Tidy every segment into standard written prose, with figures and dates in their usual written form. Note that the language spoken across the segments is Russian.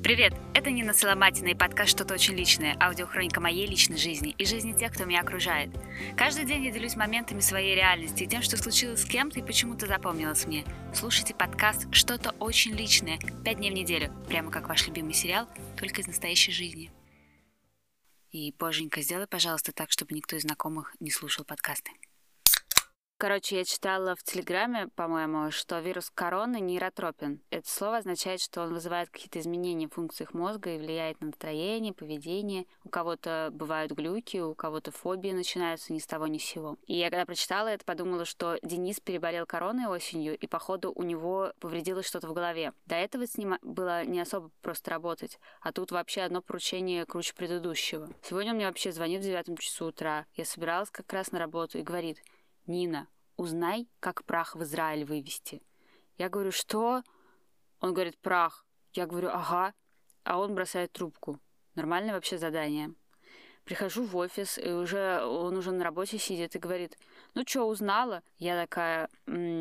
Привет, это Нина Соломатина и подкаст «Что-то очень личное», аудиохроника моей личной жизни и жизни тех, кто меня окружает. Каждый день я делюсь моментами своей реальности и тем, что случилось с кем-то и почему-то запомнилось мне. Слушайте подкаст «Что-то очень личное» 5 дней в неделю, прямо как ваш любимый сериал, только из настоящей жизни. И, боженька, сделай, пожалуйста, так, чтобы никто из знакомых не слушал подкасты. Короче, я читала в Телеграме, по-моему, что вирус короны нейротропен. Это слово означает, что он вызывает какие-то изменения в функциях мозга и влияет на настроение, поведение. У кого-то бывают глюки, у кого-то фобии начинаются ни с того ни с сего. И я когда прочитала это, подумала, что Денис переболел короной осенью, и, походу, у него повредилось что-то в голове. До этого с ним было не особо просто работать, а тут вообще одно поручение круче предыдущего. Сегодня он мне вообще звонит в 9 часу утра. Я собиралась как раз на работу и говорит: «Нина, узнай, как прах в Израиль вывести». Я говорю: «Что?» Он говорит: «Прах». Я говорю: «Ага». А он бросает трубку. Нормальное вообще задание. Прихожу в офис, и он уже на работе сидит и говорит: «Ну что, узнала?» Я такая: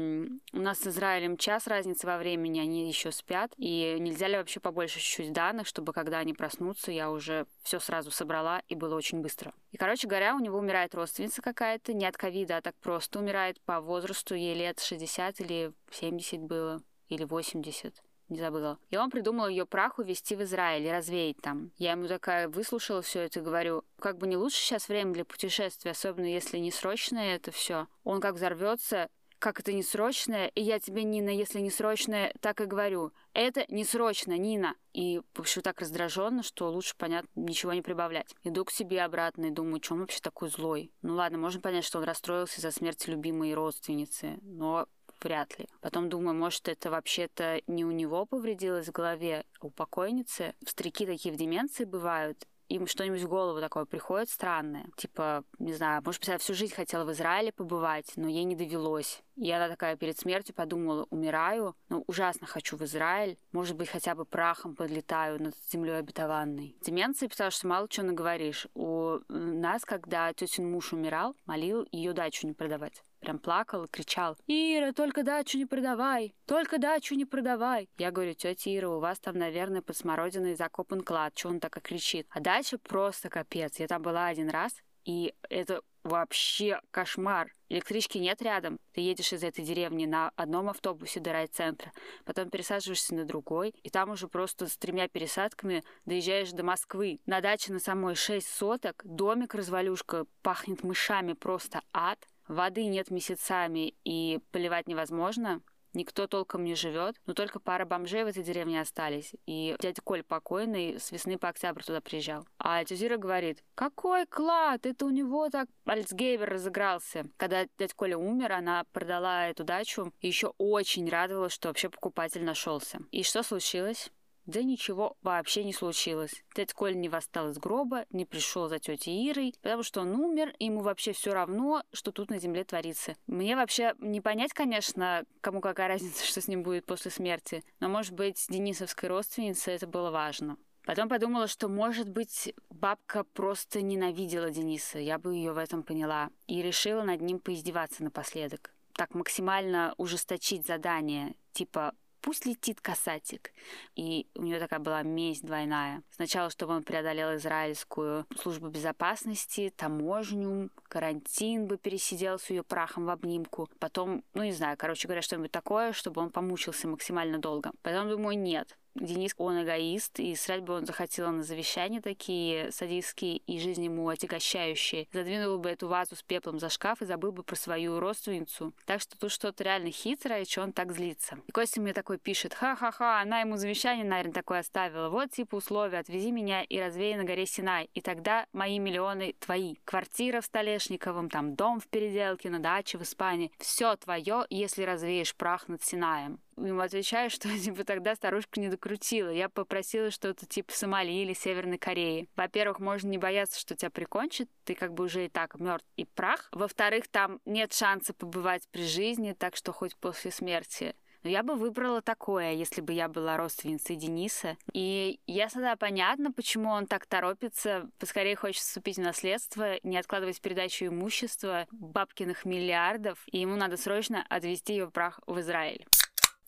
у нас с Израилем час разницы во времени, они еще спят, и нельзя ли вообще побольше чуть-чуть данных, чтобы когда они проснутся, я уже все сразу собрала, и было очень быстро. И, короче говоря, у него умирает родственница какая-то, не от ковида, а так просто умирает по возрасту, ей лет 60 или 70 было, или 80. Не забыла. И он придумал ее прах увезти в Израиль и развеять там. Я ему такая выслушала все это и говорю: как бы не лучше сейчас время для путешествия, особенно если не срочное это все. Он как взорвется: как это не срочное? И я тебе, Нина, если не срочное, так и говорю: это не срочно, Нина. И, в общем, так раздраженно, что лучше, понятно, ничего не прибавлять. Иду к себе обратно и думаю, что он вообще такой злой. Ну ладно, можно понять, что он расстроился из-за смерти любимой родственницы, но вряд ли. Потом думаю, может, это вообще-то не у него повредилось в голове, а у покойницы. Старики такие в деменции бывают. Им что-нибудь в голову такое приходит странное. Типа, не знаю, может быть, она всю жизнь хотела в Израиле побывать, но ей не довелось. И она такая перед смертью подумала: умираю, но ужасно хочу в Израиль. Может быть, хотя бы прахом подлетаю над землей обетованной. Деменция, потому что мало чего наговоришь. У нас, когда тетин муж умирал, молил ее дачу не продавать. Прям плакал и кричал: «Ира, только дачу не продавай! Только дачу не продавай!» Я говорю: «Тетя Ира, у вас там, наверное, под смородиной закопан клад. Чего он так и кричит?» А дача просто капец. Я там была один раз, и это вообще кошмар. Электрички нет рядом. Ты едешь из этой деревни на одном автобусе до райцентра, потом пересаживаешься на другой, и там уже просто с 3 пересадками доезжаешь до Москвы. На даче на самой 6 соток, домик-развалюшка, пахнет мышами, просто ад. Воды нет месяцами, и поливать невозможно. Никто толком не живет, но только пара бомжей в этой деревне остались. И дядя Коль покойный с весны по октябрь туда приезжал. А тетя Ира говорит: «Какой клад? Это у него так Альцгеймер разыгрался». Когда дядя Коля умер, она продала эту дачу и еще очень радовалась, что вообще покупатель нашелся. И что случилось? Да ничего вообще не случилось. Дядя Коля не восстал из гроба, не пришел за тетей Ирой, потому что он умер, и ему вообще все равно, что тут на земле творится. Мне вообще не понять, конечно, кому какая разница, что с ним будет после смерти, но, может быть, денисовской родственнице это было важно. Потом подумала, что, может быть, бабка просто ненавидела Дениса, я бы ее в этом поняла, и решила над ним поиздеваться напоследок. Так максимально ужесточить задание, типа: пусть летит касатик. И у нее такая была месть двойная. Сначала, чтобы он преодолел израильскую службу безопасности, таможню, карантин бы пересидел с ее прахом в обнимку. Потом, не знаю, короче говоря, что-нибудь такое, чтобы он помучился максимально долго. Потом думаю, нет. Денис, он эгоист, и срать бы он захотел на завещания такие садистские и жизнь ему отягощающие. Задвинул бы эту вазу с пеплом за шкаф и забыл бы про свою родственницу. Так что тут что-то реально хитрое, что он так злится. И Костя мне такой пишет: ха-ха-ха, она ему завещание, наверное, такое оставила. Вот типа условия: отвези меня и развей на горе Синай, и тогда мои миллионы твои. Квартира в Столешниковом, там дом в Переделке, на даче в Испании. Все твое, если развеешь прах над Синаем. Ему отвечаю, что типа тогда старушка не докрутила. Я попросила что-то типа Сомали или Северной Кореи. Во-первых, можно не бояться, что тебя прикончат, ты как бы уже и так мертв и прах. Во-вторых, там нет шанса побывать при жизни, так что хоть после смерти. Но я бы выбрала такое, если бы я была родственницей Дениса. И ясно, да, понятно, почему он так торопится, поскорее хочет вступить в наследство, не откладывать передачу имущества бабкиных миллиардов, и ему надо срочно отвезти ее прах в Израиль.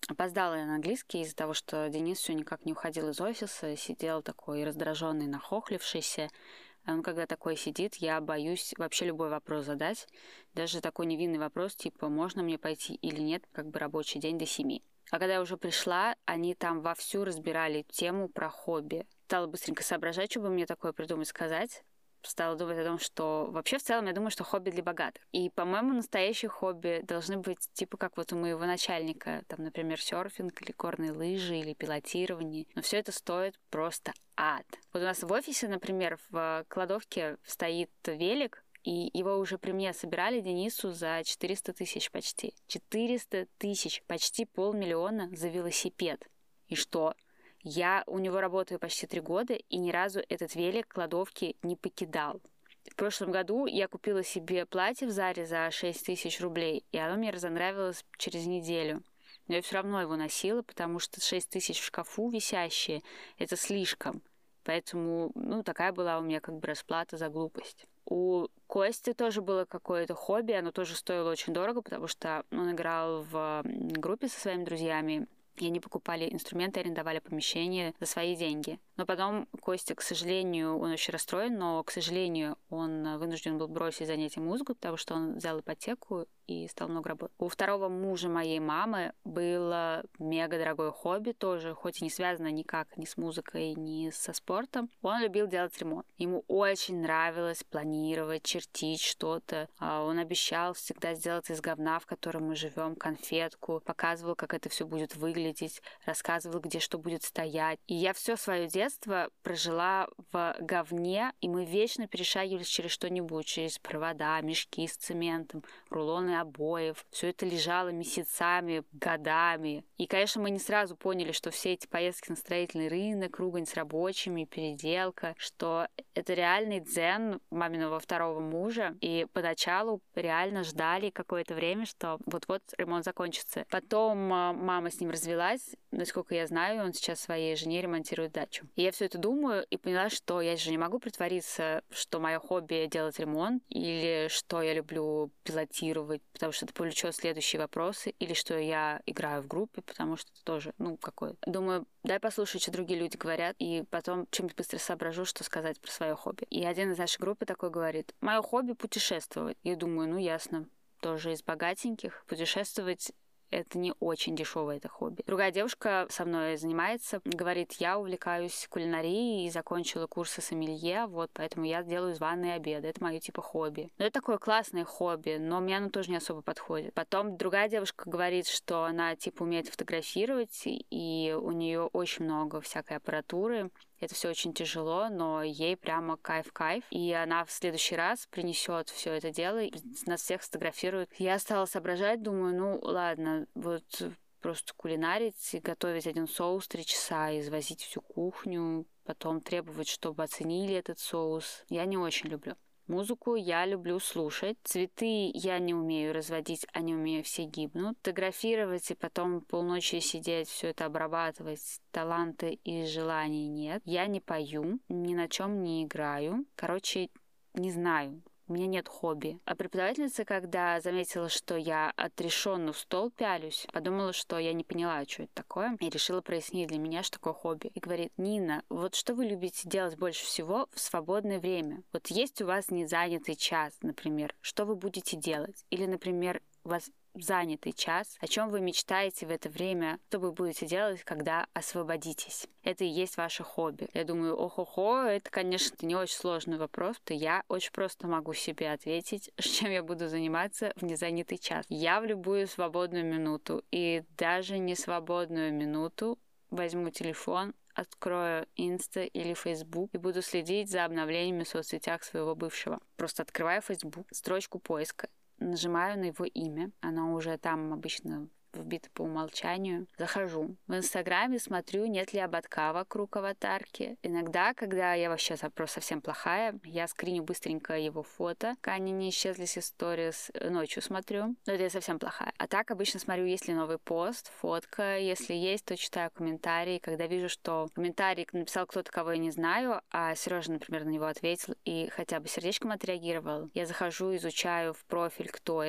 Опоздала я на английский из-за того, что Денис все никак не уходил из офиса, сидел такой раздраженный, нахохлившийся. А он когда такой сидит, я боюсь вообще любой вопрос задать. Даже такой невинный вопрос, типа, можно мне пойти или нет, как бы рабочий день до 7. А когда я уже пришла, они там вовсю разбирали тему про хобби. Стала быстренько соображать, что бы мне такое придумать сказать. Стала думать о том, что вообще в целом я думаю, что хобби для богатых. И, по-моему, настоящие хобби должны быть типа как вот у моего начальника, там, например, серфинг или горные лыжи или пилотирование. Но все это стоит просто ад. Вот у нас в офисе, например, в кладовке стоит велик, и его уже при мне собирали Денису за 400 тысяч почти. 400 тысяч, почти 500 000 за велосипед. И что? Я у него работаю почти 3 года, и ни разу этот велик кладовки не покидал. В прошлом году я купила себе платье в Заре за 6 тысяч рублей, и оно мне разонравилось через неделю. Но я все равно его носила, потому что 6 тысяч в шкафу висящие — это слишком. Поэтому, такая была у меня как бы расплата за глупость. У Кости тоже было какое-то хобби, оно тоже стоило очень дорого, потому что он играл в группе со своими друзьями, и они покупали инструменты, арендовали помещение за свои деньги. Но потом Костя, к сожалению, он очень расстроен, но, к сожалению, он вынужден был бросить занятия музыкой, потому что он взял ипотеку и стал много работать. У второго мужа моей мамы было мега дорогое хобби тоже, хоть и не связано никак ни с музыкой, ни со спортом. Он любил делать ремонт. Ему очень нравилось планировать, чертить что-то. Он обещал всегда сделать из говна, в котором мы живем, конфетку, показывал, как это все будет выглядеть, рассказывал, где что будет стоять. И я все свое детство прожила в говне, и мы вечно перешагивались через что-нибудь, через провода, мешки с цементом, рулоны обоев. Все это лежало месяцами, годами. И, конечно, мы не сразу поняли, что все эти поездки на строительный рынок, ругань с рабочими, переделка, что это реальный дзен маминого второго мужа. И поначалу реально ждали какое-то время, что вот-вот ремонт закончится. Потом мама с ним развелась. Насколько я знаю, он сейчас своей жене ремонтирует дачу. И я все это думаю и поняла, что я же не могу притвориться, что мое хобби — делать ремонт, или что я люблю пилотировать, потому что это повлечет следующие вопросы, или что я играю в группе, потому что это тоже, какое. Думаю, дай послушать, что другие люди говорят, и потом чем-нибудь быстро соображу, что сказать про свое хобби. И один из нашей группы такой говорит: мое хобби — путешествовать. Я думаю, ясно, тоже из богатеньких. Путешествовать — это не очень дешевое это хобби. Другая девушка со мной занимается, говорит: я увлекаюсь кулинарией и закончила курсы сомелье, поэтому я делаю званые обеды. Это мое типа хобби. Но это такое классное хобби, но мне оно тоже не особо подходит. Потом другая девушка говорит, что она типа умеет фотографировать, и у нее очень много всякой аппаратуры. Это все очень тяжело, но ей прямо кайф-кайф. И она в следующий раз принесет все это дело и нас всех сфотографирует. Я стала соображать, думаю, ладно, просто кулинарить и готовить один соус 3 часа, извозить всю кухню, потом требовать, чтобы оценили этот соус. Я не очень люблю. Музыку я люблю слушать. Цветы я не умею разводить, они у меня все гибнут. Фотографировать и потом полночи сидеть, все это обрабатывать, таланта и желаний нет. Я не пою, ни на чем не играю. Короче, не знаю. У меня нет хобби. А преподавательница, когда заметила, что я отрешенно в стол пялюсь, подумала, что я не поняла, что это такое, и решила прояснить для меня, что такое хобби. И говорит: Нина, что вы любите делать больше всего в свободное время? Есть у вас незанятый час, например, что вы будете делать? Или, например, у вас занятый час, о чем вы мечтаете в это время, что вы будете делать, когда освободитесь. Это и есть ваше хобби. Я думаю, ох-охо, это, конечно, не очень сложный вопрос, то я очень просто могу себе ответить, чем я буду заниматься в незанятый час. Я в любую свободную минуту, и даже не свободную минуту, возьму телефон, открою Инста или Фейсбук и буду следить за обновлениями в соцсетях своего бывшего. Просто открываю Фейсбук, строчку поиска, нажимаю на его имя, оно уже там обычно вбито по умолчанию. Захожу. В Инстаграме смотрю, нет ли ободка вокруг аватарки. Иногда, когда я вообще просто совсем плохая, я скриню быстренько его фото, пока они не исчезли с сторис, ночью смотрю. Но это я совсем плохая. А так обычно смотрю, есть ли новый пост, фотка. Если есть, то читаю комментарии. Когда вижу, что комментарий написал кто-то, кого я не знаю, а Сережа, например, на него ответил и хотя бы сердечком отреагировал, я захожу, изучаю в профиль, кто это,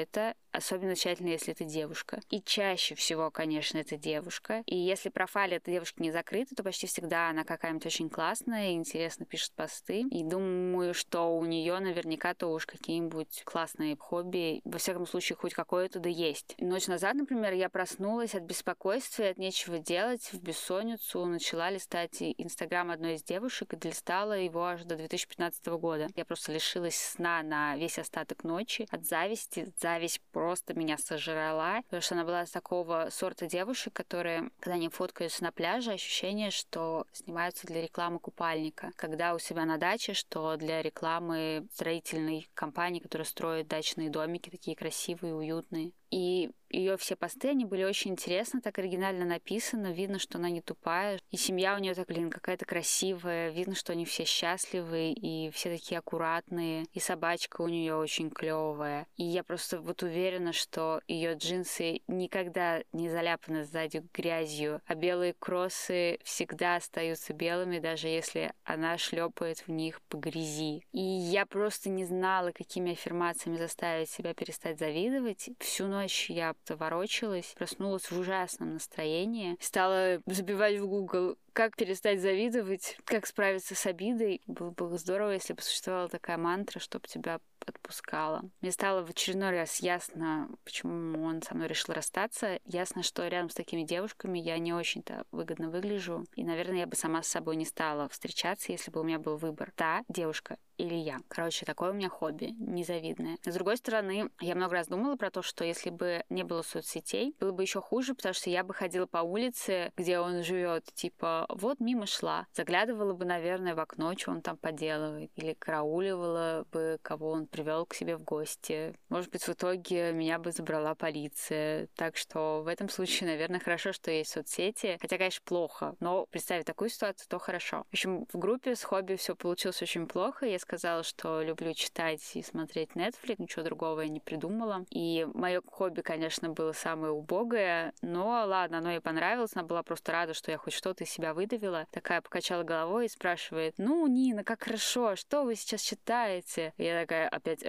особенно тщательно, если это девушка. И чаще всего, конечно, это девушка. И если профайл этой девушки не закрыт, то почти всегда она какая-нибудь очень классная и интересно пишет посты. И думаю, что у нее наверняка тоже уж какие-нибудь классные хобби. Во всяком случае, хоть какое-то да есть. Ночь назад, например, я проснулась от беспокойства и от нечего делать в бессонницу, начала листать Инстаграм одной из девушек и долистала его аж до 2015 года. Я просто лишилась сна на весь остаток ночи от зависти. Зависть просто меня сожрала, потому что она была с такого сорта девушек, которые, когда они фоткаются на пляже, ощущение, что снимаются для рекламы купальника. Когда у себя на даче, что для рекламы строительной компании, которая строит дачные домики, такие красивые, уютные. И ее все посты, они были очень интересно, так оригинально написаны, видно, что она не тупая. И семья у нее так, какая-то красивая, видно, что они все счастливые и все такие аккуратные. И собачка у нее очень клевая. И я просто вот уверена, что ее джинсы никогда не заляпаны сзади грязью, а белые кроссы всегда остаются белыми, даже если она шлепает в них по грязи. И я просто не знала, какими аффирмациями заставить себя перестать завидовать. Всю ночь я ворочалась, проснулась в ужасном настроении, стала забивать в Google, как перестать завидовать, как справиться с обидой. Было бы здорово, если бы существовала такая мантра, чтобы тебя отпускала. Мне стало в очередной раз ясно, почему он со мной решил расстаться. Ясно, что рядом с такими девушками я не очень-то выгодно выгляжу. И, наверное, я бы сама с собой не стала встречаться, если бы у меня был выбор. Та девушка или я. Короче, такое у меня хобби, незавидное. С другой стороны, я много раз думала про то, что если бы не было соцсетей, было бы еще хуже, потому что я бы ходила по улице, где он живет, типа, вот мимо шла. Заглядывала бы, наверное, в окно, что он там поделывает. Или карауливала бы, кого он привел к себе в гости. Может быть, в итоге меня бы забрала полиция. Так что в этом случае, наверное, хорошо, что есть соцсети. Хотя, конечно, плохо. Но представить такую ситуацию, то хорошо. В общем, в группе с хобби все получилось очень плохо. Я сказала, что люблю читать и смотреть Netflix. Ничего другого я не придумала. И мое хобби, конечно, было самое убогое. Но ладно, оно ей понравилось. Она была просто рада, что я хоть что-то из себя выдавила. Такая покачала головой и спрашивает: ну, Нина, как хорошо, что вы сейчас читаете? И я такая опять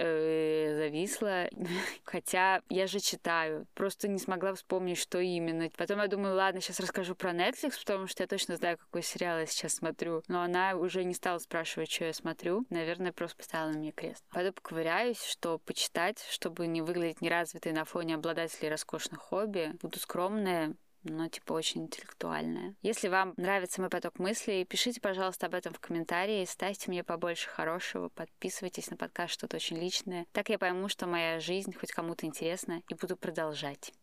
зависла. Хотя я же читаю. Просто не смогла вспомнить, что именно. Потом я думаю, ладно, сейчас расскажу про Netflix, потому что я точно знаю, какой сериал я сейчас смотрю. Но она уже не стала спрашивать, что я смотрю. Наверное, просто поставила на мне крест. Пойду поковыряюсь, что почитать, чтобы не выглядеть неразвитой на фоне обладателей роскошных хобби. Буду скромная, но типа очень интеллектуальная. Если вам нравится мой поток мыслей, пишите, пожалуйста, об этом в комментарии, ставьте мне побольше хорошего, подписывайтесь на подкаст «Что-то очень личное». Так я пойму, что моя жизнь хоть кому-то интересна, и буду продолжать.